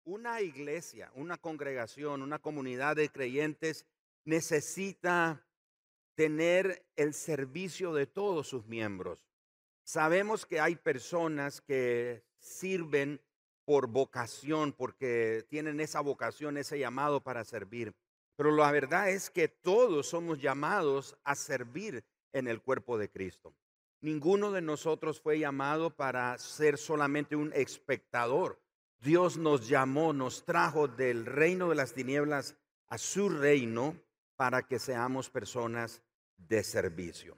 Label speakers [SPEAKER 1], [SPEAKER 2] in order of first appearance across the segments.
[SPEAKER 1] Una iglesia, una congregación, una comunidad de creyentes necesita tener el servicio de todos sus miembros. Sabemos que hay personas que sirven por vocación, porque tienen esa vocación, ese llamado para servir. Pero la verdad es que todos somos llamados a servir en el cuerpo de Cristo. Ninguno de nosotros fue llamado para ser solamente un espectador. Dios nos llamó, nos trajo del reino de las tinieblas a su reino para que seamos personas de servicio.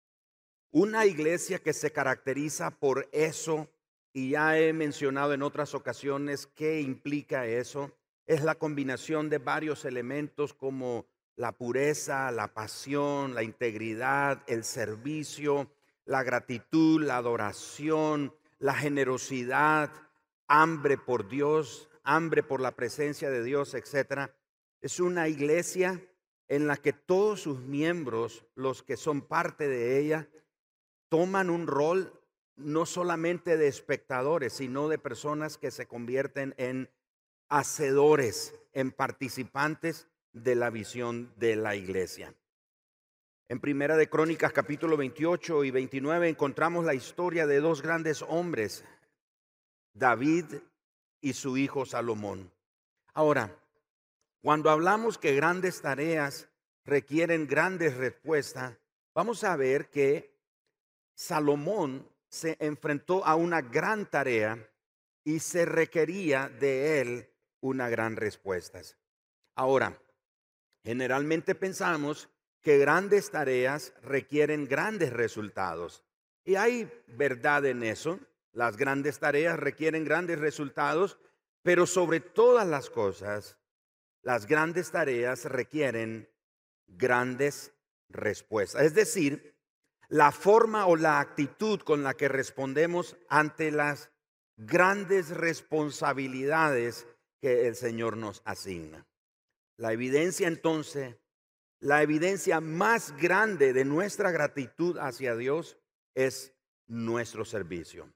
[SPEAKER 1] Una iglesia que se caracteriza por eso, y ya he mencionado en otras ocasiones qué implica eso, es la combinación de varios elementos como la pureza, la pasión, la integridad, el servicio, la gratitud, la adoración, la generosidad, hambre por Dios, hambre por la presencia de Dios, etcétera. Es una iglesia en la que todos sus miembros, los que son parte de ella, toman un rol no solamente de espectadores, sino de personas que se convierten en hacedores, en participantes de la visión de la iglesia. En Primera de Crónicas capítulo 28 y 29 encontramos la historia de dos grandes hombres, David y su hijo Salomón. Ahora, cuando hablamos que grandes tareas requieren grandes respuestas, vamos a ver que Salomón se enfrentó a una gran tarea y se requería de él una gran respuesta. Ahora, generalmente pensamos que grandes tareas requieren grandes resultados. Y hay verdad en eso. Las grandes tareas requieren grandes resultados, pero sobre todas las cosas, las grandes tareas requieren grandes respuestas. Es decir, la forma o la actitud con la que respondemos ante las grandes responsabilidades que el Señor nos asigna. La evidencia entonces, la evidencia más grande de nuestra gratitud hacia Dios es nuestro servicio.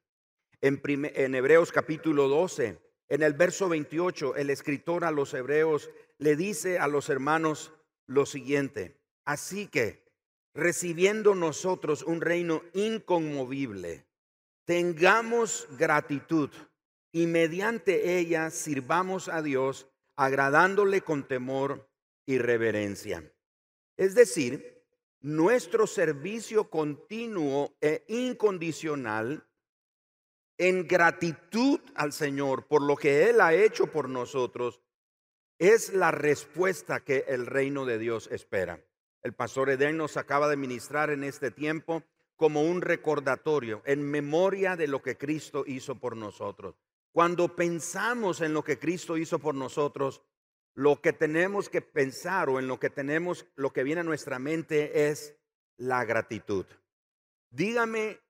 [SPEAKER 1] En Hebreos capítulo 12, en el verso 28, el escritor a los hebreos le dice a los hermanos lo siguiente: así que, recibiendo nosotros un reino inconmovible, tengamos gratitud y mediante ella sirvamos a Dios, agradándole con temor y reverencia. Es decir, nuestro servicio continuo e incondicional en gratitud al Señor por lo que Él ha hecho por nosotros es la respuesta que el reino de Dios espera. El pastor Eden nos acaba de ministrar en este tiempo como un recordatorio en memoria de lo que Cristo hizo por nosotros. Cuando pensamos en lo que Cristo hizo por nosotros, lo que tenemos que pensar o en lo que viene a nuestra mente es la gratitud. Dígame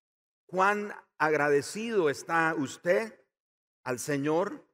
[SPEAKER 1] cuán agradecido está usted al Señor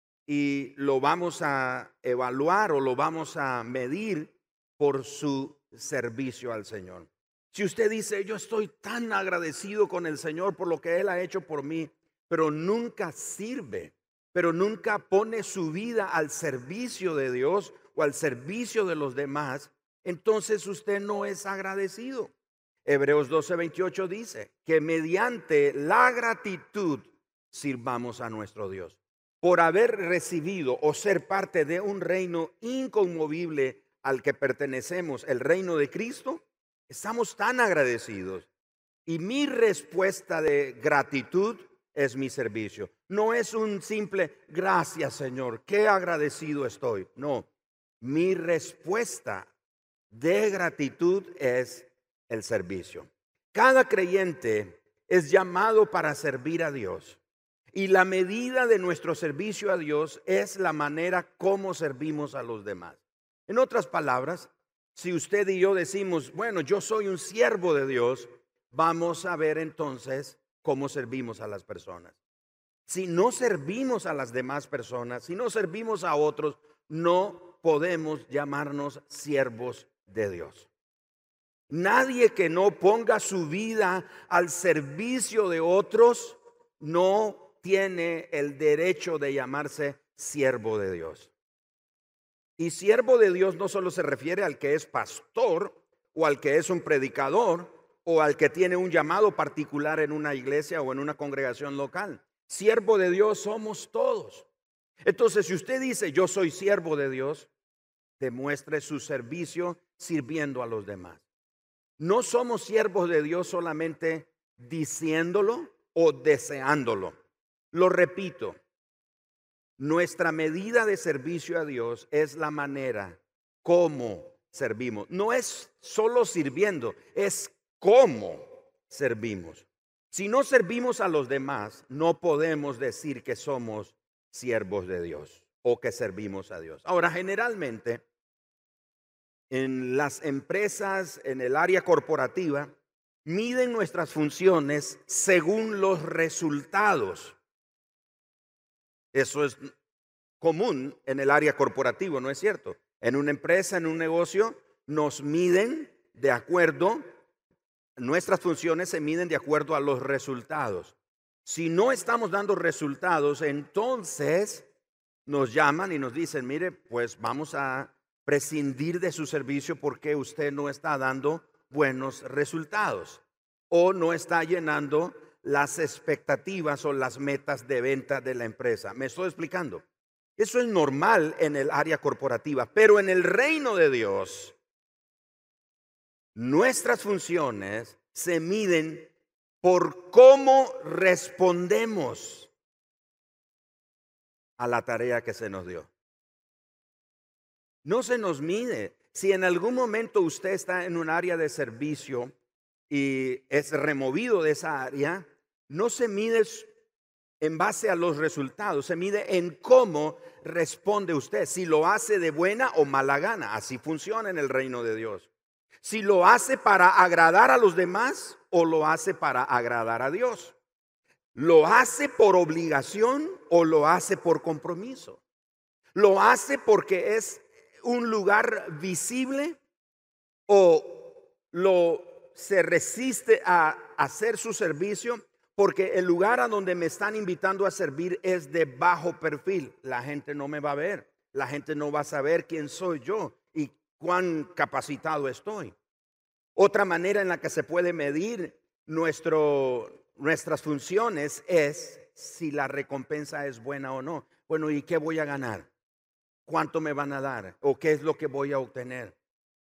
[SPEAKER 1] y lo vamos a evaluar o lo vamos a medir por su servicio al Señor. Si usted dice, yo estoy tan agradecido con el Señor por lo que Él ha hecho por mí, pero nunca sirve, pero nunca pone su vida al servicio de Dios o al servicio de los demás, entonces usted no es agradecido. Hebreos 12:28 dice que mediante la gratitud sirvamos a nuestro Dios. Por haber recibido o ser parte de un reino inconmovible al que pertenecemos, el reino de Cristo, estamos tan agradecidos. Y mi respuesta de gratitud es mi servicio. No es un simple gracias, Señor, qué agradecido estoy. No, mi respuesta de gratitud es el servicio. Cada creyente es llamado para servir a Dios. Y la medida de nuestro servicio a Dios es la manera como servimos a los demás. En otras palabras, si usted y yo decimos, bueno, yo soy un siervo de Dios, vamos a ver entonces cómo servimos a las personas. Si no servimos a las demás personas, si no servimos a otros, no podemos llamarnos siervos de Dios. Nadie que no ponga su vida al servicio de otros no tiene el derecho de llamarse siervo de Dios. Y siervo de Dios no solo se refiere al que es pastor o al que es un predicador o al que tiene un llamado particular en una iglesia o en una congregación local. Siervo de Dios somos todos. Entonces, si usted dice yo soy siervo de Dios, demuestre su servicio sirviendo a los demás. No somos siervos de Dios solamente diciéndolo o deseándolo. Lo repito, nuestra medida de servicio a Dios es la manera como servimos. No es solo sirviendo, es cómo servimos. Si no servimos a los demás, no podemos decir que somos siervos de Dios o que servimos a Dios. Ahora, generalmente, en las empresas, en el área corporativa, miden nuestras funciones según los resultados. Eso es común en el área corporativa, ¿no es cierto? En una empresa, en un negocio, nos miden de acuerdo, nuestras funciones se miden de acuerdo a los resultados. Si no estamos dando resultados, entonces nos llaman y nos dicen, mire, pues vamos a prescindir de su servicio porque usted no está dando buenos resultados o no está llenando las expectativas o las metas de venta de la empresa. ¿Me estoy explicando? Eso es normal en el área corporativa, pero en el reino de Dios, nuestras funciones se miden por cómo respondemos a la tarea que se nos dio. No se nos mide. Si en algún momento usted está en un área de servicio y es removido de esa área, no se mide en base a los resultados, se mide en cómo responde usted, si lo hace de buena o mala gana. Así funciona en el reino de Dios. Si lo hace para agradar a los demás o lo hace para agradar a Dios. ¿Lo hace por obligación o lo hace por compromiso? ¿Lo hace porque es un lugar visible o se resiste a hacer su servicio porque el lugar a donde me están invitando a servir es de bajo perfil? La gente no me va a ver, la gente no va a saber quién soy yo y cuán capacitado estoy. Otra manera en la que se puede medir nuestras funciones es si la recompensa es buena o no. Bueno, ¿y qué voy a ganar? ¿Cuánto me van a dar? ¿O qué es lo que voy a obtener?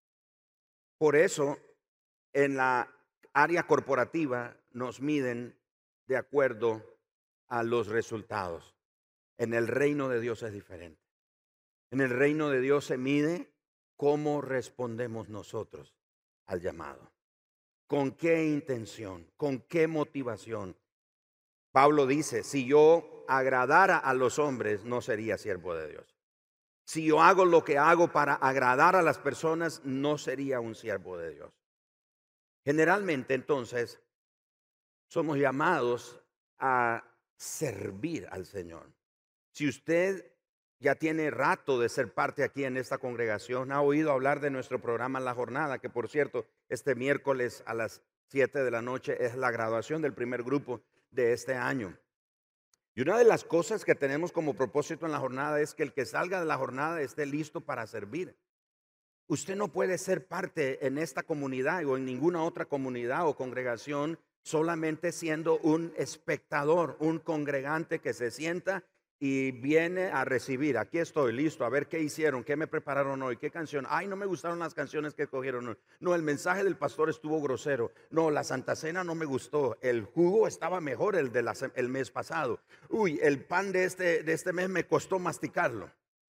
[SPEAKER 1] Por eso, en la área corporativa nos miden de acuerdo a los resultados. En el reino de Dios es diferente. En el reino de Dios se mide cómo respondemos nosotros al llamado. ¿Con qué intención? ¿Con qué motivación? Pablo dice, si yo agradara a los hombres, no sería siervo de Dios. Si yo hago lo que hago para agradar a las personas, no sería un siervo de Dios. Generalmente, entonces, somos llamados a servir al Señor. Si usted ya tiene rato de ser parte aquí en esta congregación, ha oído hablar de nuestro programa La Jornada, que por cierto, este miércoles a las 7 de la noche es la graduación del primer grupo de este año. Y una de las cosas que tenemos como propósito en la jornada es que el que salga de la jornada esté listo para servir. Usted no puede ser parte en esta comunidad o en ninguna otra comunidad o congregación solamente siendo un espectador, un congregante que se sienta y viene a recibir. Aquí estoy listo, a ver qué hicieron, qué me prepararon hoy, qué canción. Ay, no me gustaron las canciones que escogieron hoy. No, el mensaje del pastor estuvo grosero. No, la Santa Cena no me gustó. El jugo estaba mejor el mes pasado. Uy, el pan de este mes me costó masticarlo.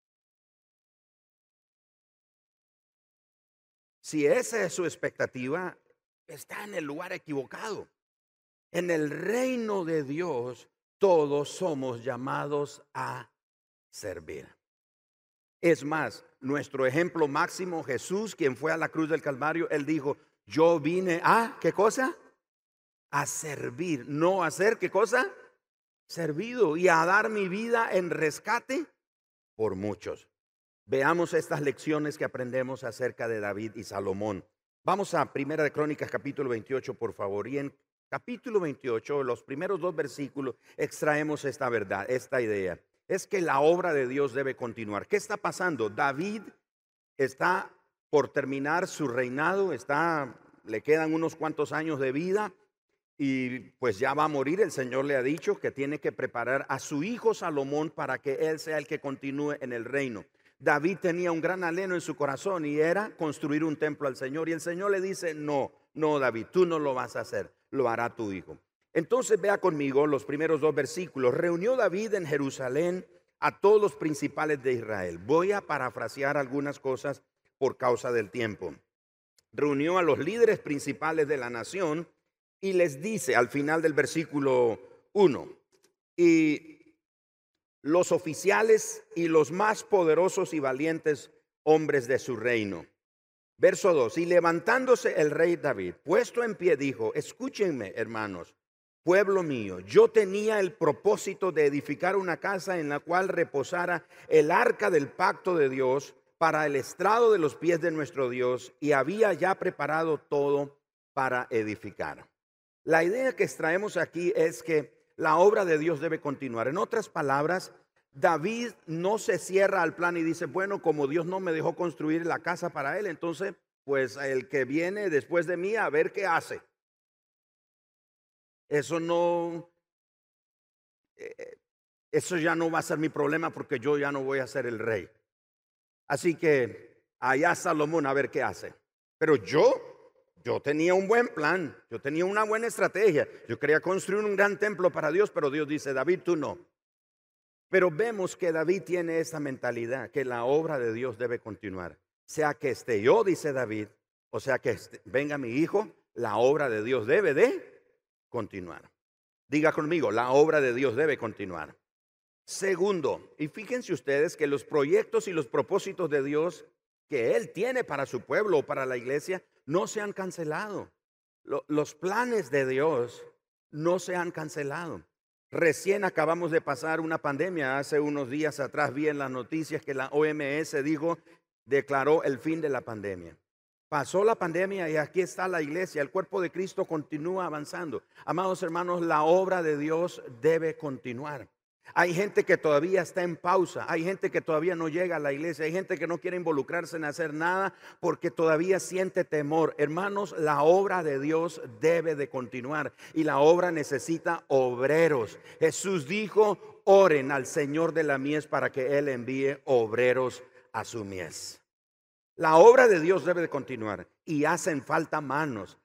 [SPEAKER 1] Si esa es su expectativa, está en el lugar equivocado. En el reino de Dios, todos somos llamados a servir. Es más, nuestro ejemplo máximo, Jesús, quien fue a la cruz del Calvario, él dijo, yo vine a, ¿qué cosa? A servir, no a ser, ¿qué cosa? Servido, y a dar mi vida en rescate por muchos. Veamos estas lecciones que aprendemos acerca de David y Salomón. Vamos a Primera de Crónicas capítulo 28, por favor. Y en capítulo 28, los primeros 2 versículos, extraemos esta verdad, esta idea. Es que la obra de Dios debe continuar. ¿Qué está pasando? David está por terminar su reinado, le quedan unos cuantos años de vida y pues ya va a morir. El Señor le ha dicho que tiene que preparar a su hijo Salomón para que él sea el que continúe en el reino. David tenía un gran anhelo en su corazón y era construir un templo al Señor. Y el Señor le dice, no, David, tú no lo vas a hacer, lo hará tu hijo. Entonces vea conmigo los primeros 2 versículos. Reunió David en Jerusalén a todos los principales de Israel. Voy a parafrasear algunas cosas por causa del tiempo. Reunió a los líderes principales de la nación y les dice al final del versículo 1, y los oficiales y los más poderosos y valientes hombres de su reino. Verso 2, y levantándose el rey David, puesto en pie, dijo, escúchenme, hermanos, pueblo mío, yo tenía el propósito de edificar una casa en la cual reposara el arca del pacto de Dios para el estrado de los pies de nuestro Dios, y había ya preparado todo para edificar. La idea que extraemos aquí es que la obra de Dios debe continuar. En otras palabras, David no se cierra al plan y dice, bueno, como Dios no me dejó construir la casa para él, entonces pues el que viene después de mí a ver qué hace. Eso ya no va a ser mi problema porque yo ya no voy a ser el rey. Así que allá Salomón a ver qué hace. Pero yo tenía un buen plan, yo tenía una buena estrategia. Yo quería construir un gran templo para Dios, pero Dios dice, David, tú no. Pero vemos que David tiene esa mentalidad, que la obra de Dios debe continuar. Sea que esté yo, dice David, o sea que venga mi hijo, la obra de Dios debe de continuar. Diga conmigo, la obra de Dios debe continuar. Segundo, y fíjense ustedes que los proyectos y los propósitos de Dios que Él tiene para su pueblo o para la iglesia no se han cancelado. Los planes de Dios no se han cancelado. Recién acabamos de pasar una pandemia. Hace unos días atrás vi en las noticias que la OMS declaró el fin de la pandemia. Pasó la pandemia y aquí está la iglesia. El cuerpo de Cristo continúa avanzando. Amados hermanos, la obra de Dios debe continuar. Hay gente que todavía está en pausa, hay gente que todavía no llega a la iglesia, hay gente que no quiere involucrarse en hacer nada porque todavía siente temor. Hermanos, la obra de Dios debe de continuar y la obra necesita obreros. Jesús dijo, oren al Señor de la mies para que Él envíe obreros a su mies. La obra de Dios debe de continuar y hacen falta manos.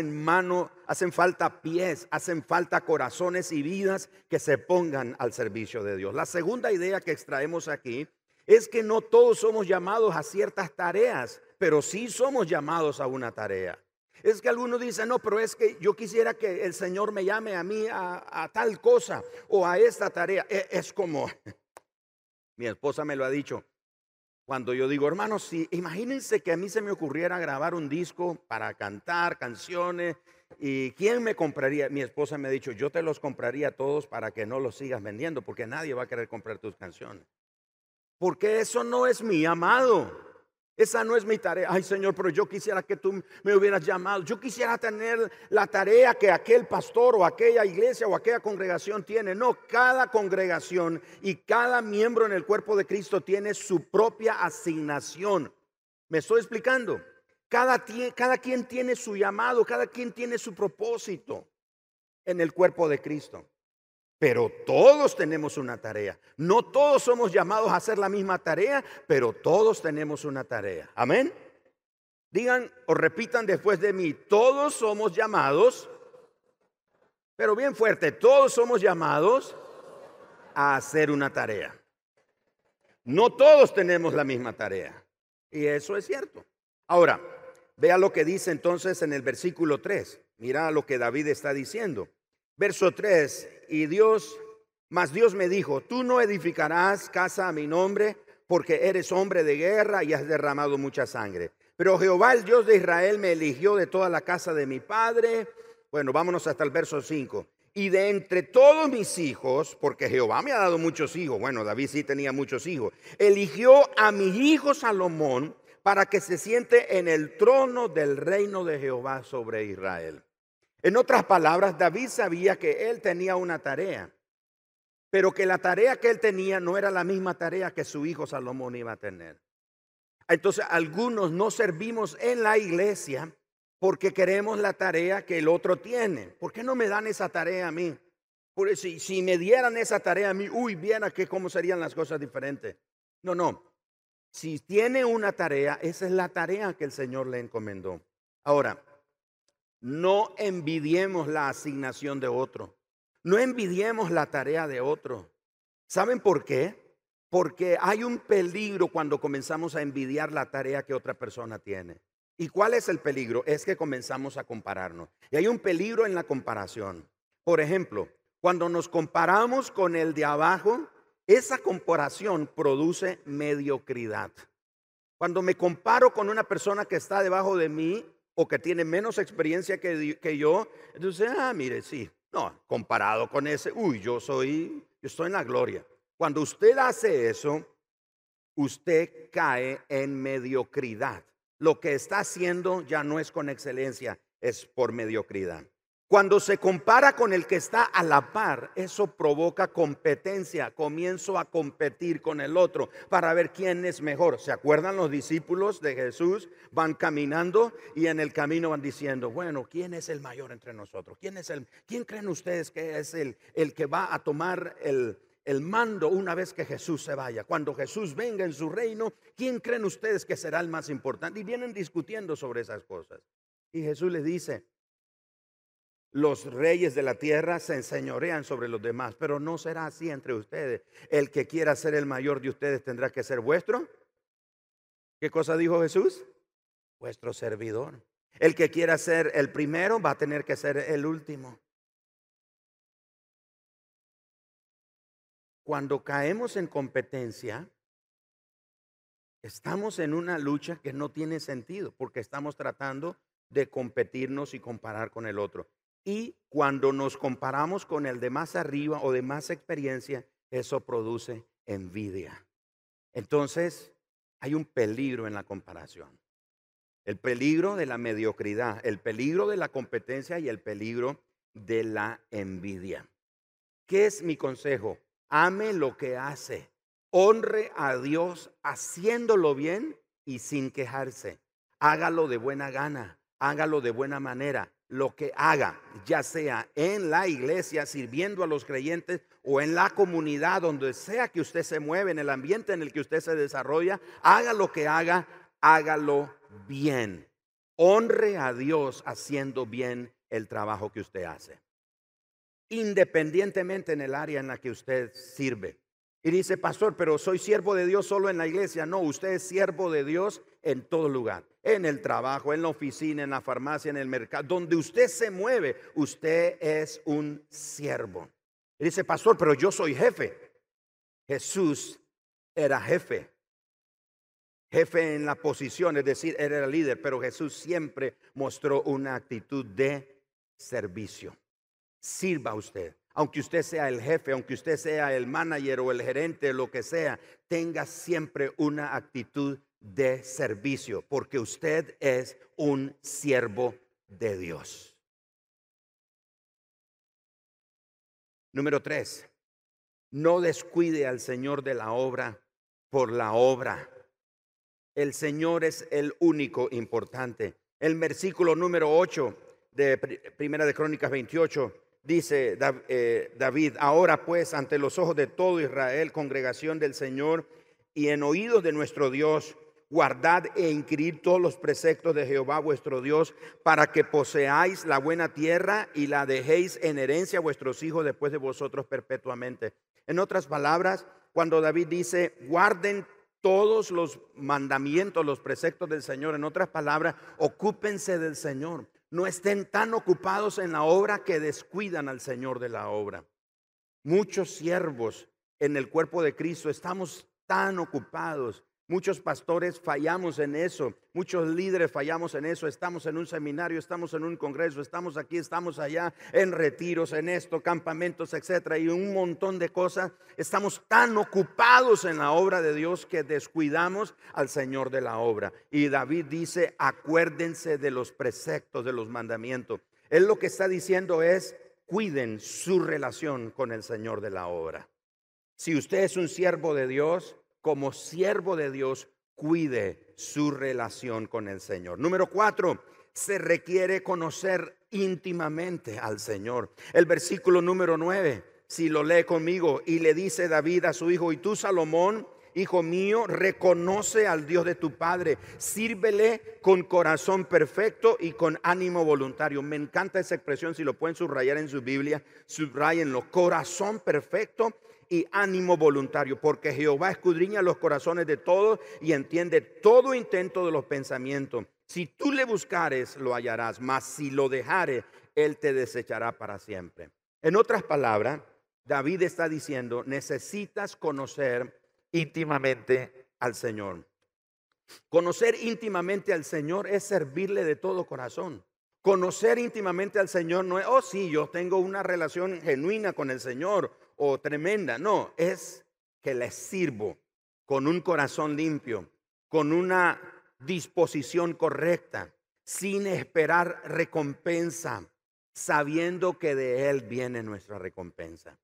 [SPEAKER 1] Hacen falta pies, hacen falta corazones y vidas que se pongan al servicio de Dios. La segunda idea que extraemos aquí es que no todos somos llamados a ciertas tareas, pero sí somos llamados a una tarea. Es que algunos dicen, no, pero es que yo quisiera que el Señor me llame a mí a tal cosa o a esta tarea. Es como, mi esposa me lo ha dicho. Cuando yo digo, hermanos, si imagínense que a mí se me ocurriera grabar un disco para cantar canciones, ¿y quién me compraría? Mi esposa me ha dicho, yo te los compraría todos para que no los sigas vendiendo, porque nadie va a querer comprar tus canciones. Porque eso no es mi llamado. Esa no es mi tarea. Ay, Señor, pero yo quisiera que tú me hubieras llamado. Yo quisiera tener la tarea que aquel pastor o aquella iglesia o aquella congregación tiene. No, cada congregación y cada miembro en el cuerpo de Cristo tiene su propia asignación. ¿Me estoy explicando? Cada quien tiene su llamado, cada quien tiene su propósito en el cuerpo de Cristo. Pero todos tenemos una tarea. No todos somos llamados a hacer la misma tarea, pero todos tenemos una tarea. Amén. Digan o repitan después de mí, todos somos llamados, pero bien fuerte, todos somos llamados a hacer una tarea. No todos tenemos la misma tarea. Y eso es cierto. Ahora, vea lo que dice entonces en el versículo 3. Mira lo que David está diciendo. Verso 3, mas Dios me dijo, tú no edificarás casa a mi nombre porque eres hombre de guerra y has derramado mucha sangre. Pero Jehová, el Dios de Israel, me eligió de toda la casa de mi padre. Bueno, vámonos hasta el verso 5. Y de entre todos mis hijos, porque Jehová me ha dado muchos hijos. Bueno, David sí tenía muchos hijos. Eligió a mi hijo Salomón para que se siente en el trono del reino de Jehová sobre Israel. En otras palabras, David sabía que él tenía una tarea, pero que la tarea que él tenía no era la misma tarea que su hijo Salomón iba a tener. Entonces, algunos no servimos en la iglesia porque queremos la tarea que el otro tiene. ¿Por qué no me dan esa tarea a mí? Porque si me dieran esa tarea a mí, viera que cómo serían las cosas diferentes. No. Si tiene una tarea, esa es la tarea que el Señor le encomendó. Ahora, no envidiemos la asignación de otro. No envidiemos la tarea de otro. ¿Saben por qué? Porque hay un peligro cuando comenzamos a envidiar la tarea que otra persona tiene. ¿Y cuál es el peligro? Es que comenzamos a compararnos. Y hay un peligro en la comparación. Por ejemplo, cuando nos comparamos con el de abajo, esa comparación produce mediocridad. Cuando me comparo con una persona que está debajo de mí o que tiene menos experiencia que yo, entonces, mire, sí, no, comparado con ese, yo estoy en la gloria. Cuando usted hace eso, usted cae en mediocridad. Lo que está haciendo ya no es con excelencia, es por mediocridad. Cuando se compara con el que está a la par, eso provoca competencia. Comienzo a competir con el otro para ver quién es mejor. ¿Se acuerdan los discípulos de Jesús? Van caminando y en el camino van diciendo, bueno, ¿quién es el mayor entre nosotros? ¿Quién creen ustedes que es el que va a tomar el mando una vez que Jesús se vaya? Cuando Jesús venga en su reino, ¿quién creen ustedes que será el más importante? Y vienen discutiendo sobre esas cosas. Y Jesús les dice, los reyes de la tierra se enseñorean sobre los demás, pero no será así entre ustedes. El que quiera ser el mayor de ustedes tendrá que ser vuestro. ¿Qué cosa dijo Jesús? Vuestro servidor. El que quiera ser el primero va a tener que ser el último. Cuando caemos en competencia, estamos en una lucha que no tiene sentido, porque estamos tratando de competirnos y comparar con el otro. Y cuando nos comparamos con el de más arriba o de más experiencia, eso produce envidia. Entonces, hay un peligro en la comparación. El peligro de la mediocridad, el peligro de la competencia y el peligro de la envidia. ¿Qué es mi consejo? Ame lo que hace. Honre a Dios haciéndolo bien y sin quejarse. Hágalo de buena gana, hágalo de buena manera. Lo que haga, ya sea en la iglesia sirviendo a los creyentes o en la comunidad, donde sea que usted se mueve, en el ambiente en el que usted se desarrolla, haga lo que haga, hágalo bien. Honre a Dios haciendo bien el trabajo que usted hace, independientemente en el área en la que usted sirve. Y dice, pastor, pero soy siervo de Dios solo en la iglesia. No, usted es siervo de Dios en todo lugar. En el trabajo, en la oficina, en la farmacia, en el mercado. Donde usted se mueve, usted es un siervo. Y dice, pastor, pero yo soy jefe. Jesús era jefe. Jefe en la posición, es decir, era el líder. Pero Jesús siempre mostró una actitud de servicio. Sirva usted. Aunque usted sea el jefe, aunque usted sea el manager o el gerente, lo que sea, tenga siempre una actitud de servicio, porque usted es un siervo de Dios. Número 3, no descuide al Señor de la obra por la obra. El Señor es el único importante. El versículo número 8 de Primera de Crónicas 28 dice David, ahora pues ante los ojos de todo Israel, congregación del Señor, y en oídos de nuestro Dios, guardad e inquirid todos los preceptos de Jehová vuestro Dios, para que poseáis la buena tierra y la dejéis en herencia a vuestros hijos después de vosotros perpetuamente. En otras palabras, cuando David dice, guarden todos los mandamientos, los preceptos del Señor, en otras palabras, ocúpense del Señor. No estén tan ocupados en la obra que descuidan al Señor de la obra. Muchos siervos en el cuerpo de Cristo estamos tan ocupados. Muchos pastores fallamos en eso. Muchos líderes fallamos en eso. Estamos en un seminario, estamos en un congreso, estamos aquí, estamos allá, en retiros, en esto, campamentos, etcétera, y un montón de cosas. Estamos tan ocupados en la obra de Dios que descuidamos al Señor de la obra. Y David dice, acuérdense de los preceptos, de los mandamientos. Él lo que está diciendo es, cuiden su relación con el Señor de la obra. Si usted es un siervo de Dios, como siervo de Dios, cuide su relación con el Señor. Número 4, se requiere conocer íntimamente al Señor. El versículo número 9, si lo lee conmigo, y le dice David a su hijo, y tú, Salomón, hijo mío, reconoce al Dios de tu padre, sírvele con corazón perfecto y con ánimo voluntario. Me encanta esa expresión, si lo pueden subrayar en su Biblia, subrayenlo, corazón perfecto y ánimo voluntario, porque Jehová escudriña los corazones de todos y entiende todo intento de los pensamientos. Si tú le buscares, lo hallarás, mas si lo dejares, él te desechará para siempre. En otras palabras, David está diciendo, necesitas conocer íntimamente al Señor. Conocer íntimamente al Señor es servirle de todo corazón. Conocer íntimamente al Señor no es, oh sí, yo tengo una relación genuina con el Señor o tremenda. No, es que le sirvo con un corazón limpio, con una disposición correcta, sin esperar recompensa, sabiendo que de Él viene nuestra recompensa.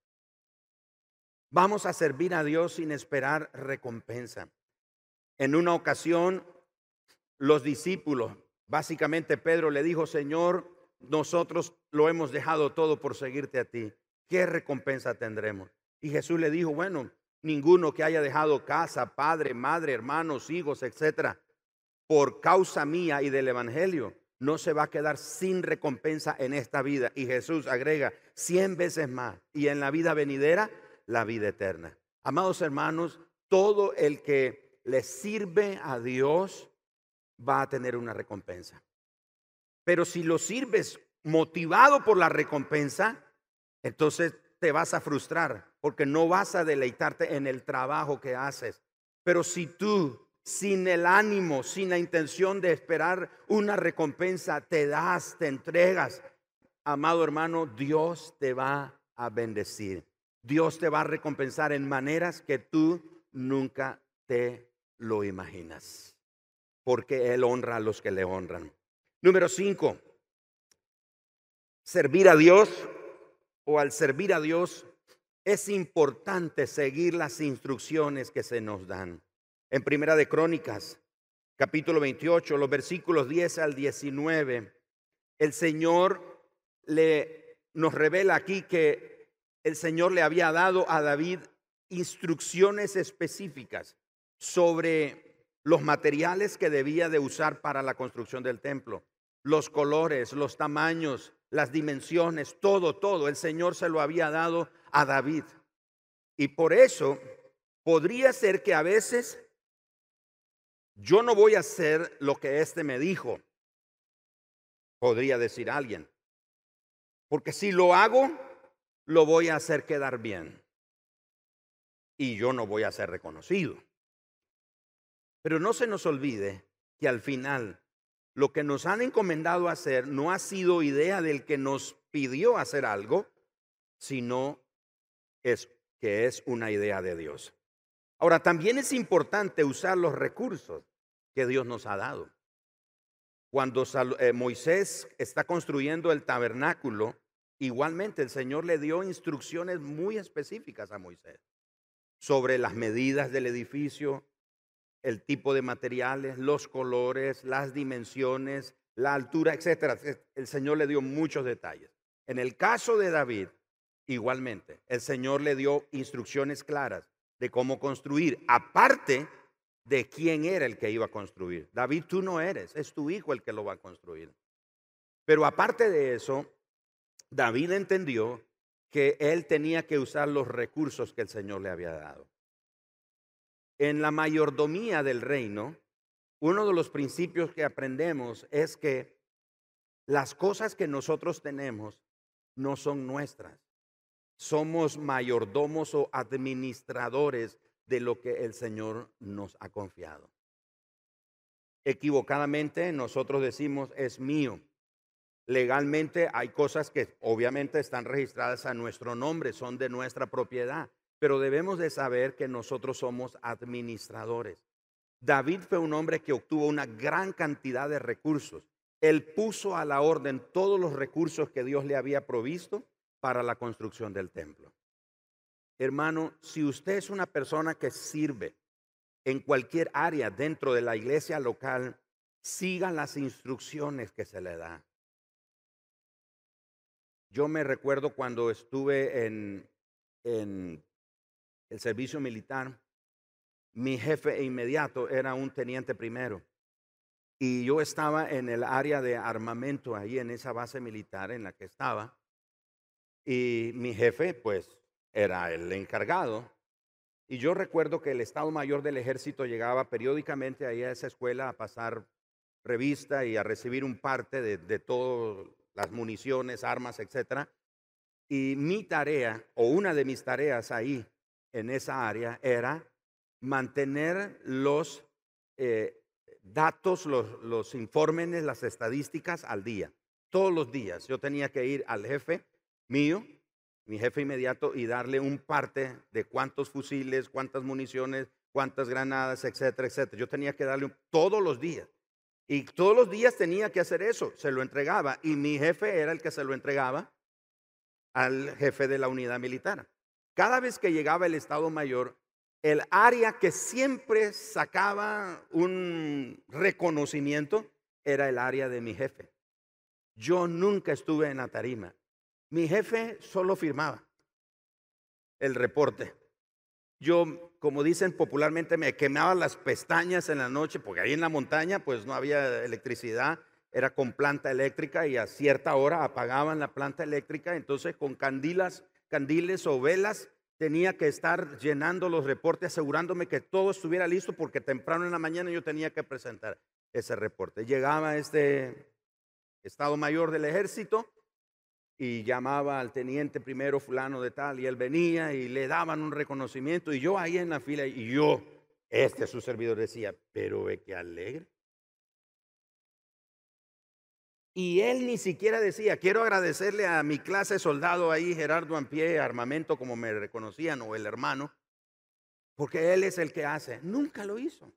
[SPEAKER 1] Vamos a servir a Dios sin esperar recompensa. En una ocasión, los discípulos, básicamente Pedro le dijo, Señor, nosotros lo hemos dejado todo por seguirte a ti. ¿Qué recompensa tendremos? Y Jesús le dijo, bueno, ninguno que haya dejado casa, padre, madre, hermanos, hijos, etcétera, por causa mía y del evangelio, no se va a quedar sin recompensa en esta vida. Y Jesús agrega 100 veces más. Y en la vida venidera, la vida eterna. Amados hermanos, todo el que le sirve a Dios va a tener una recompensa. Pero si lo sirves motivado por la recompensa, entonces te vas a frustrar porque no vas a deleitarte en el trabajo que haces. Pero si tú, sin el ánimo, sin la intención de esperar una recompensa, te das, te entregas, amado hermano, Dios te va a bendecir. Dios te va a recompensar en maneras que tú nunca te lo imaginas, porque Él honra a los que le honran. Número 5, servir a Dios o al servir a Dios es importante seguir las instrucciones que se nos dan. En Primera de Crónicas, capítulo 28, los versículos 10 al 19, el Señor nos revela aquí que el Señor le había dado a David instrucciones específicas sobre los materiales que debía de usar para la construcción del templo, los colores, los tamaños, las dimensiones, todo. El Señor se lo había dado a David. Y por eso podría ser que a veces yo no voy a hacer lo que este me dijo, podría decir alguien, porque si lo hago, lo voy a hacer quedar bien y yo no voy a ser reconocido. Pero no se nos olvide que al final lo que nos han encomendado hacer no ha sido idea del que nos pidió hacer algo, sino que es una idea de Dios. Ahora, también es importante usar los recursos que Dios nos ha dado. Cuando Moisés está construyendo el tabernáculo, igualmente el Señor le dio instrucciones muy específicas a Moisés sobre las medidas del edificio, el tipo de materiales, los colores, las dimensiones, la altura, etcétera. El Señor le dio muchos detalles. En el caso de David, igualmente, el Señor le dio instrucciones claras de cómo construir, aparte de quién era el que iba a construir. David, tú no eres, es tu hijo el que lo va a construir. Pero aparte de eso, David entendió que él tenía que usar los recursos que el Señor le había dado. En la mayordomía del reino, uno de los principios que aprendemos es que las cosas que nosotros tenemos no son nuestras. Somos mayordomos o administradores de lo que el Señor nos ha confiado. Equivocadamente nosotros decimos es mío. Legalmente hay cosas que obviamente están registradas a nuestro nombre, son de nuestra propiedad, pero debemos de saber que nosotros somos administradores. David fue un hombre que obtuvo una gran cantidad de recursos Él puso a la orden todos los recursos que Dios le había provisto para la construcción del templo. Hermano, si usted es una persona que sirve en cualquier área dentro de la iglesia local, siga las instrucciones que se le da. Yo me recuerdo cuando estuve en el servicio militar, mi jefe inmediato era un teniente primero. Y yo estaba en el área de armamento, ahí en esa base militar en la que estaba. Y mi jefe, pues, era el encargado. Y yo recuerdo que el Estado Mayor del Ejército llegaba periódicamente ahí a esa escuela a pasar revista y a recibir un parte de todas las municiones, armas, etcétera. Y mi tarea, o una de mis tareas ahí en esa área, era mantener los datos, los informes, las estadísticas al día. Todos los días yo tenía que ir al jefe mío, mi jefe inmediato, y darle un parte de cuántos fusiles, cuántas municiones, cuántas granadas, etcétera, etcétera. Yo tenía que darle todos los días. Y todos los días tenía que hacer eso. Se lo entregaba. Y mi jefe era el que se lo entregaba al jefe de la unidad militar. Cada vez que llegaba el Estado Mayor, el área que siempre sacaba un reconocimiento era el área de mi jefe. Yo nunca estuve en la tarima. Mi jefe solo firmaba el reporte. Yo, como dicen popularmente, me quemaba las pestañas en la noche, porque ahí en la montaña pues no había electricidad, era con planta eléctrica y a cierta hora apagaban la planta eléctrica. Entonces con candiles o velas tenía que estar llenando los reportes, asegurándome que todo estuviera listo, porque temprano en la mañana yo tenía que presentar ese reporte. Llegaba este Estado Mayor del Ejército y llamaba al teniente primero fulano de tal, y él venía y le daban un reconocimiento, y yo ahí en la fila, y yo, su servidor, decía, pero ve que alegre. Y él ni siquiera decía, quiero agradecerle a mi clase soldado ahí, Gerardo Ampie, armamento, como me reconocían, o el hermano, porque él es el que hace. Nunca lo hizo.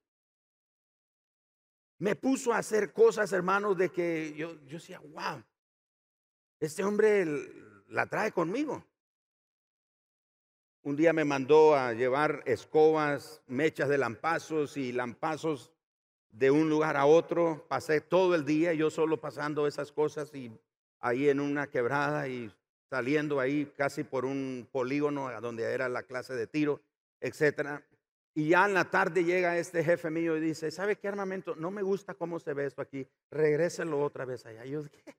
[SPEAKER 1] Me puso a hacer cosas, hermanos, de que yo decía, wow, este hombre la trae conmigo. Un día me mandó a llevar escobas, mechas de lampazos y lampazos de un lugar a otro. Pasé todo el día yo solo pasando esas cosas, y ahí en una quebrada y saliendo ahí casi por un polígono a donde era la clase de tiro, etcétera. Y ya en la tarde llega este jefe mío y dice, ¿sabe qué, armamento? No me gusta cómo se ve esto aquí, regréselo otra vez allá. Yo dije,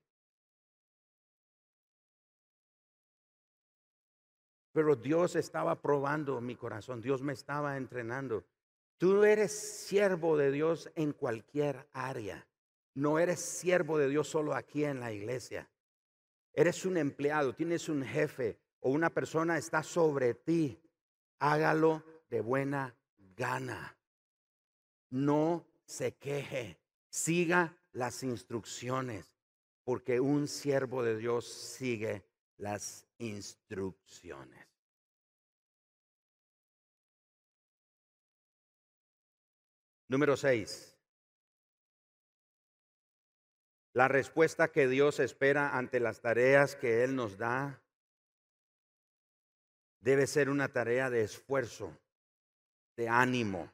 [SPEAKER 1] pero Dios estaba probando mi corazón, Dios me estaba entrenando. Tú eres siervo de Dios en cualquier área. No eres siervo de Dios solo aquí en la iglesia. Eres un empleado, tienes un jefe o una persona está sobre ti. Hágalo de buena gana. No se queje. Siga las instrucciones, porque un siervo de Dios sigue las instrucciones. Número 6. La respuesta que Dios espera ante las tareas que Él nos da debe ser una tarea de esfuerzo, de ánimo,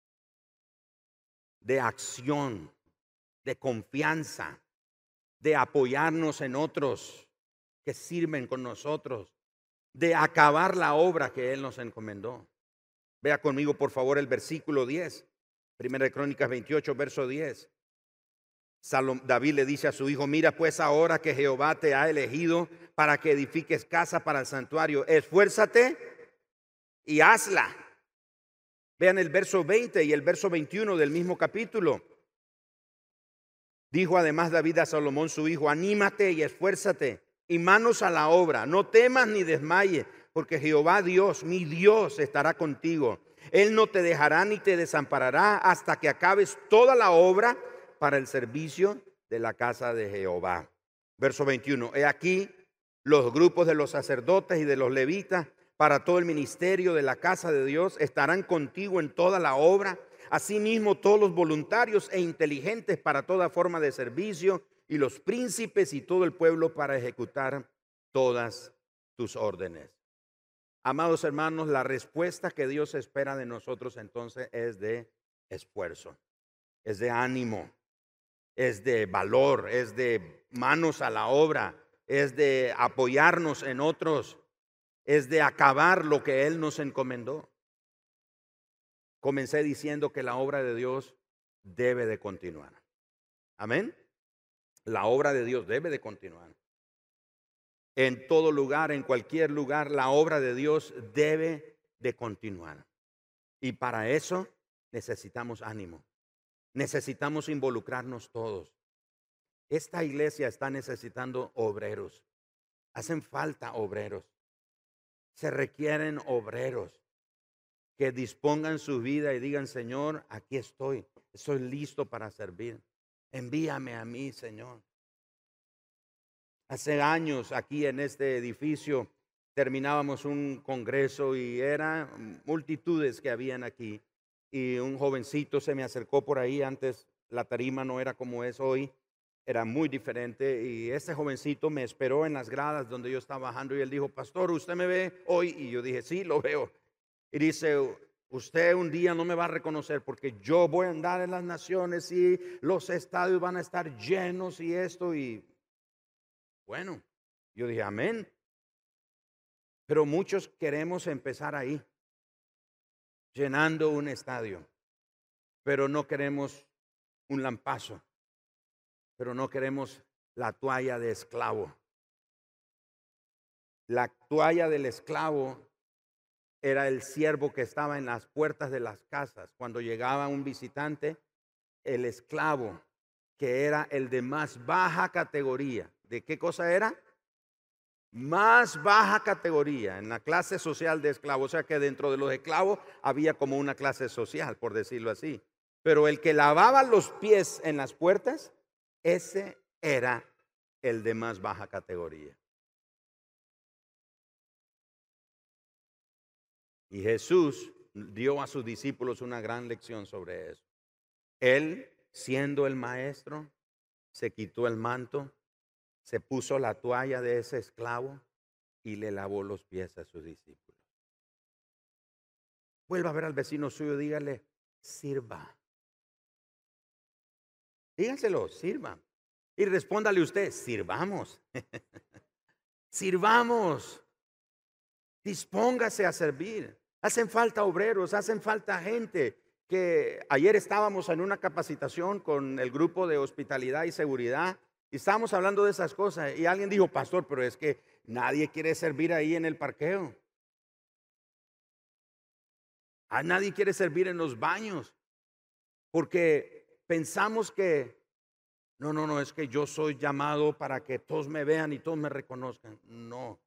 [SPEAKER 1] de acción, de confianza, de apoyarnos en otros que sirven con nosotros, de acabar la obra que Él nos encomendó. Vea conmigo, por favor, el versículo 10. Primera de Crónicas 28, verso 10. David le dice a su hijo, mira pues ahora que Jehová te ha elegido para que edifiques casa para el santuario, esfuérzate y hazla. Vean el verso 20 y el verso 21 del mismo capítulo. Dijo además David a Salomón su hijo, anímate y esfuérzate y manos a la obra, no temas ni desmayes, porque Jehová Dios, mi Dios, estará contigo. Él no te dejará ni te desamparará hasta que acabes toda la obra para el servicio de la casa de Jehová. Verso 21. He aquí los grupos de los sacerdotes y de los levitas para todo el ministerio de la casa de Dios estarán contigo en toda la obra. Asimismo todos los voluntarios e inteligentes para toda forma de servicio. y los príncipes y todo el pueblo para ejecutar todas tus órdenes. Amados hermanos, la respuesta que Dios espera de nosotros entonces es de esfuerzo, es de ánimo, es de valor, es de manos a la obra, es de apoyarnos en otros, es de acabar lo que Él nos encomendó. Comencé diciendo que la obra de Dios debe de continuar. Amén. La obra de Dios debe de continuar. En todo lugar, en cualquier lugar, la obra de Dios debe de continuar. Y para eso necesitamos ánimo. Necesitamos involucrarnos todos. Esta iglesia está necesitando obreros. Hacen falta obreros. Se requieren obreros que dispongan su vida y digan: Señor, aquí estoy listo para servir. Envíame a mí, Señor. Hace años aquí en este edificio terminábamos un congreso y eran multitudes que habían aquí. Y un jovencito se me acercó por ahí. Antes la tarima no era como es hoy, era muy diferente. Y ese jovencito me esperó en las gradas donde yo estaba bajando y él dijo: Pastor, ¿usted me ve hoy? Y yo dije: sí, lo veo. Y dice: usted un día no me va a reconocer porque yo voy a andar en las naciones y los estadios van a estar llenos y esto. Y bueno, yo dije: amén. Pero muchos queremos empezar ahí, llenando un estadio, pero no queremos un lampazo, pero no queremos la toalla de esclavo. La toalla del esclavo era el siervo que estaba en las puertas de las casas. Cuando llegaba un visitante, el esclavo, que era el de más baja categoría. ¿De qué cosa era? Más baja categoría en la clase social de esclavo. O sea que dentro de los esclavos había como una clase social, por decirlo así. Pero el que lavaba los pies en las puertas, ese era el de más baja categoría. Y Jesús dio a sus discípulos una gran lección sobre eso. Él, siendo el maestro, se quitó el manto, se puso la toalla de ese esclavo y le lavó los pies a sus discípulos. Vuelva a ver al vecino suyo, dígale: sirva. Dígaselo: sirva. Y respóndale usted: sirvamos. Sirvamos. Dispóngase a servir. Hacen falta obreros, hacen falta gente. Que ayer estábamos en una capacitación con el grupo de hospitalidad y seguridad y estábamos hablando de esas cosas y alguien dijo: pastor, pero es que nadie quiere servir ahí en el parqueo. Nadie quiere servir en los baños porque pensamos que no, es que yo soy llamado para que todos me vean y todos me reconozcan. No.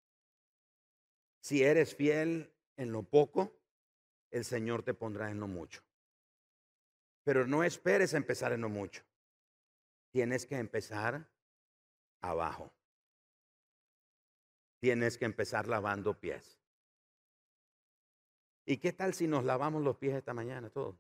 [SPEAKER 1] Si eres fiel en lo poco, el Señor te pondrá en lo mucho. Pero no esperes empezar en lo mucho. Tienes que empezar abajo. Tienes que empezar lavando pies. ¿Y qué tal si nos lavamos los pies esta mañana todos?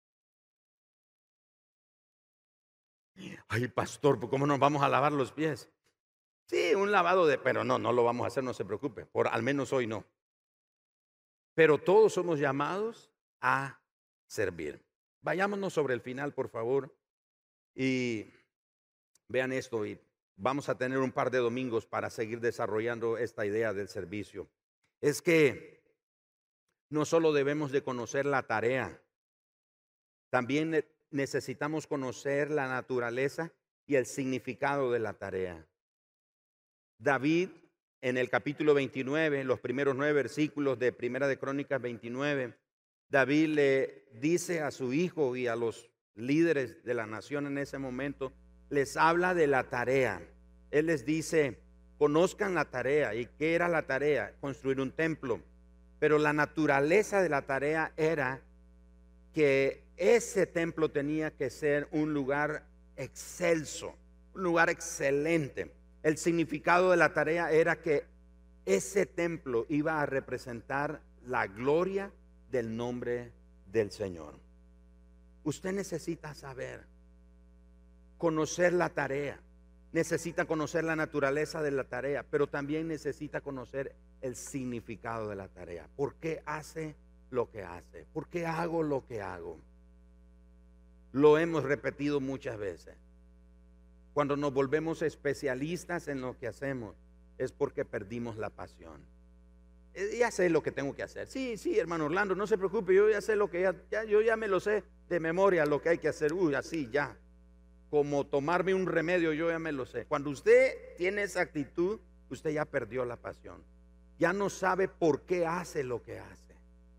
[SPEAKER 1] Ay, pastor, ¿cómo nos vamos a lavar los pies? Sí, un lavado pero no lo vamos a hacer, no se preocupe. Al menos hoy no. Pero todos somos llamados a servir. Vayámonos sobre el final, por favor. Y vean esto, y vamos a tener un par de domingos para seguir desarrollando esta idea del servicio. Es que no solo debemos de conocer la tarea, también necesitamos conocer la naturaleza y el significado de la tarea. David, en el capítulo 29, los primeros 9 versículos de Primera de Crónicas 29, David le dice a su hijo y a los líderes de la nación en ese momento, les habla de la tarea. Él les dice: conozcan la tarea. ¿Y qué era la tarea? Construir un templo. Pero la naturaleza de la tarea era que ese templo tenía que ser un lugar excelso, un lugar excelente. El significado de la tarea era que ese templo iba a representar la gloria del nombre del Señor. Usted necesita saber, conocer la tarea. necesita conocer la naturaleza de la tarea, pero también necesita conocer el significado de la tarea. ¿Por qué hace lo que hace? ¿Por qué hago lo que hago? Lo hemos repetido muchas veces. Cuando nos volvemos especialistas en lo que hacemos, es porque perdimos la pasión. Ya sé lo que tengo que hacer. Sí, hermano Orlando, no se preocupe, yo ya sé lo que yo ya me lo sé de memoria, lo que hay que hacer. Así ya. Como tomarme un remedio, yo ya me lo sé. Cuando usted tiene esa actitud, usted ya perdió la pasión. Ya no sabe por qué hace lo que hace.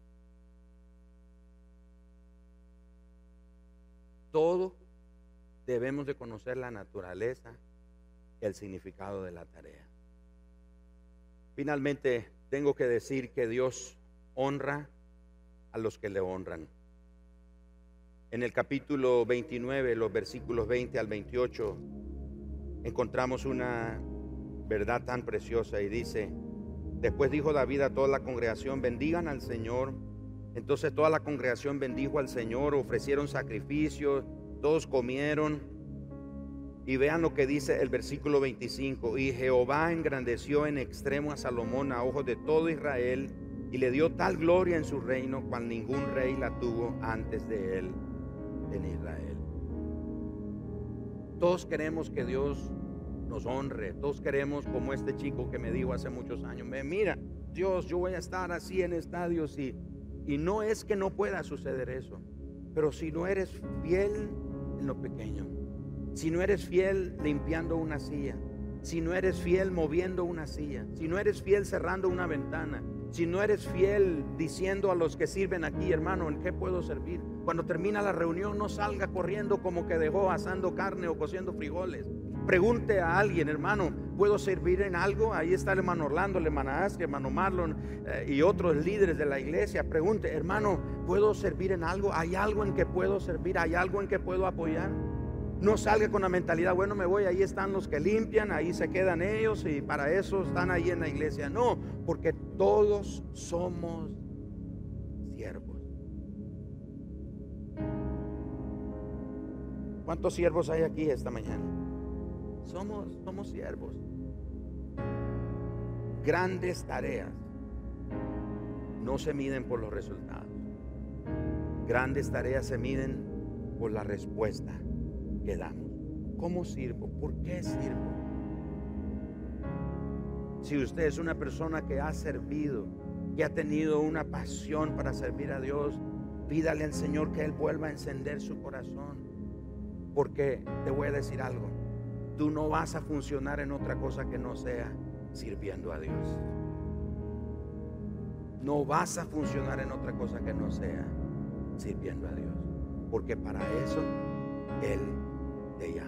[SPEAKER 1] Todos debemos de conocer la naturaleza y el significado de la tarea. Finalmente, tengo que decir que Dios honra a los que le honran. En el capítulo 29, los versículos 20 al 28, encontramos una verdad tan preciosa y dice: después dijo David a toda la congregación: bendigan al Señor. Entonces toda la congregación bendijo al Señor, ofrecieron sacrificios, todos comieron. Y vean lo que dice el versículo 25: y Jehová engrandeció en extremo a Salomón a ojos de todo Israel, y le dio tal gloria en su reino cual ningún rey la tuvo antes de él en Israel. Todos queremos que Dios nos honre. Todos queremos, como este chico que me dijo hace muchos años: mira, Dios, yo voy a estar así en estadios, y no es que no pueda suceder eso, pero si no eres fiel en lo pequeño, si no eres fiel limpiando una silla, si no eres fiel moviendo una silla, si no eres fiel cerrando una ventana, si no eres fiel diciendo a los que sirven aquí: hermano, ¿en qué puedo servir? Cuando termina la reunión, no salga corriendo como que dejó asando carne o cociendo frijoles. Pregunte a alguien: hermano, ¿puedo servir en algo? Ahí está el hermano Orlando, el hermano Ask, el hermano Marlon y otros líderes de la iglesia. Pregunte: hermano, ¿puedo servir en algo? ¿Hay algo en que puedo servir? ¿Hay algo en que puedo apoyar? No salga con la mentalidad: bueno, me voy, ahí están los que limpian, ahí se quedan ellos y para eso están ahí en la iglesia. No, porque todos somos siervos. ¿Cuántos siervos hay aquí esta mañana? Somos siervos. Grandes tareas no se miden por los resultados. Grandes tareas se miden por la respuesta que damos. ¿Cómo sirvo? ¿Por qué sirvo? Si usted es una persona que ha servido, que ha tenido una pasión para servir a Dios, pídale al Señor que Él vuelva a encender su corazón. Porque te voy a decir algo: tú no vas a funcionar en otra cosa que no sea sirviendo a Dios. No vas a funcionar en otra cosa que no sea sirviendo a Dios, porque para eso Él te llama.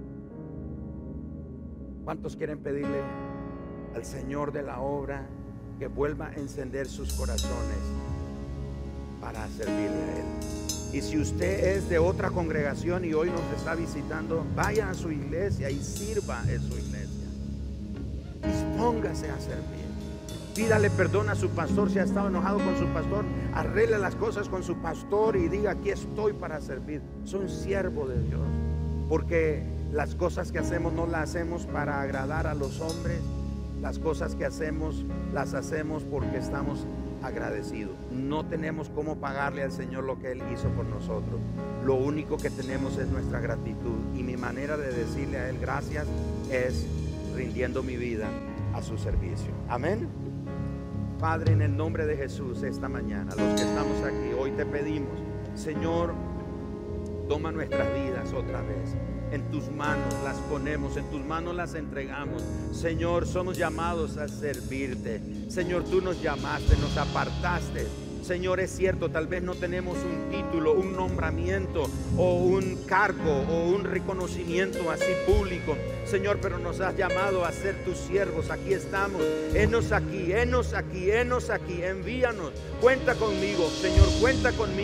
[SPEAKER 1] ¿Cuántos quieren pedirle al Señor de la obra que vuelva a encender sus corazones para servirle a Él? Y si usted es de otra congregación y hoy nos está visitando, vaya a su iglesia y sirva en su iglesia. Dispóngase a servir. Pídale perdón a su pastor si ha estado enojado con su pastor. Arregle las cosas con su pastor y diga: aquí estoy para servir. Soy un siervo de Dios. Porque las cosas que hacemos no las hacemos para agradar a los hombres. Las cosas que hacemos las hacemos porque estamos agradecidos. No tenemos cómo pagarle al Señor lo que Él hizo por nosotros. Lo único que tenemos es nuestra gratitud, y mi manera de decirle a Él gracias es rindiendo mi vida a su servicio. Amén. Padre, en el nombre de Jesús, esta mañana, los que estamos aquí, hoy te pedimos: Señor, toma nuestras vidas otra vez. En tus manos las ponemos, en tus manos las entregamos. Señor, somos llamados a servirte. Señor, tú nos llamaste, nos apartaste. Señor, es cierto, tal vez no tenemos un título, un nombramiento o un cargo o un reconocimiento así público, Señor, pero nos has llamado a ser tus siervos. Aquí estamos. Henos aquí, henos aquí, henos aquí. Envíanos. Cuenta conmigo, Señor, cuenta conmigo.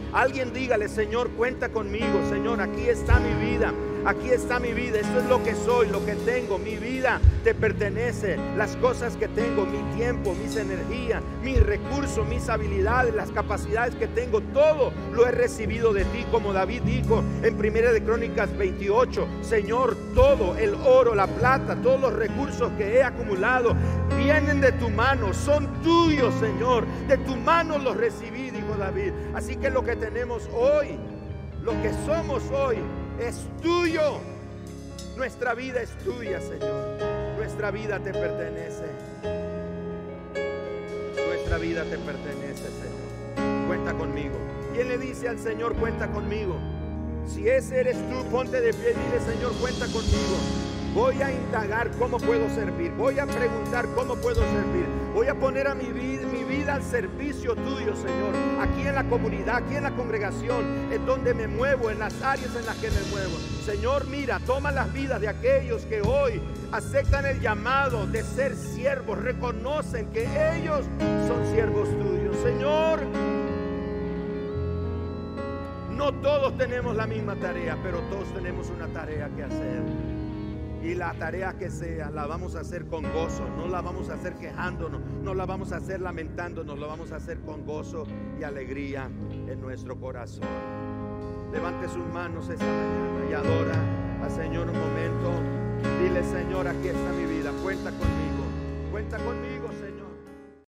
[SPEAKER 1] Alguien dígale: Señor, cuenta conmigo. Señor, aquí está mi vida. Aquí está mi vida, esto es lo que soy, lo que tengo, mi vida te pertenece, las cosas que tengo, mi tiempo, mis energías, mis recursos, mis habilidades, las capacidades que tengo, todo lo he recibido de ti, como David dijo en 1 de Crónicas 28, Señor, todo el oro, la plata, todos los recursos que he acumulado vienen de tu mano, son tuyos, Señor, de tu mano los recibí, dijo David. Así que lo que tenemos hoy, lo que somos hoy, es tuyo. Nuestra vida es tuya, Señor. Nuestra vida te pertenece. Nuestra vida te pertenece, Señor. Cuenta conmigo. ¿Quién le dice al Señor: cuenta conmigo? Si ese eres tú, ponte de pie y dile: Señor, cuenta conmigo. Voy a indagar cómo puedo servir. Voy a preguntar cómo puedo servir. Voy a poner a mi vida al servicio tuyo, Señor. Aquí en la comunidad, aquí en la congregación, es donde me muevo, en las áreas en las que me muevo. Señor, mira, toma las vidas de aquellos que hoy aceptan el llamado de ser siervos. Reconocen que ellos son siervos tuyos. Señor, no todos tenemos la misma tarea, pero todos tenemos una tarea que hacer. Y la tarea que sea, la vamos a hacer con gozo. No la vamos a hacer quejándonos, no la vamos a hacer lamentándonos, la vamos a hacer con gozo y alegría en nuestro corazón. Levante sus manos esta mañana y adora al Señor un momento. Dile: Señor, aquí está mi vida, cuenta conmigo, Señor.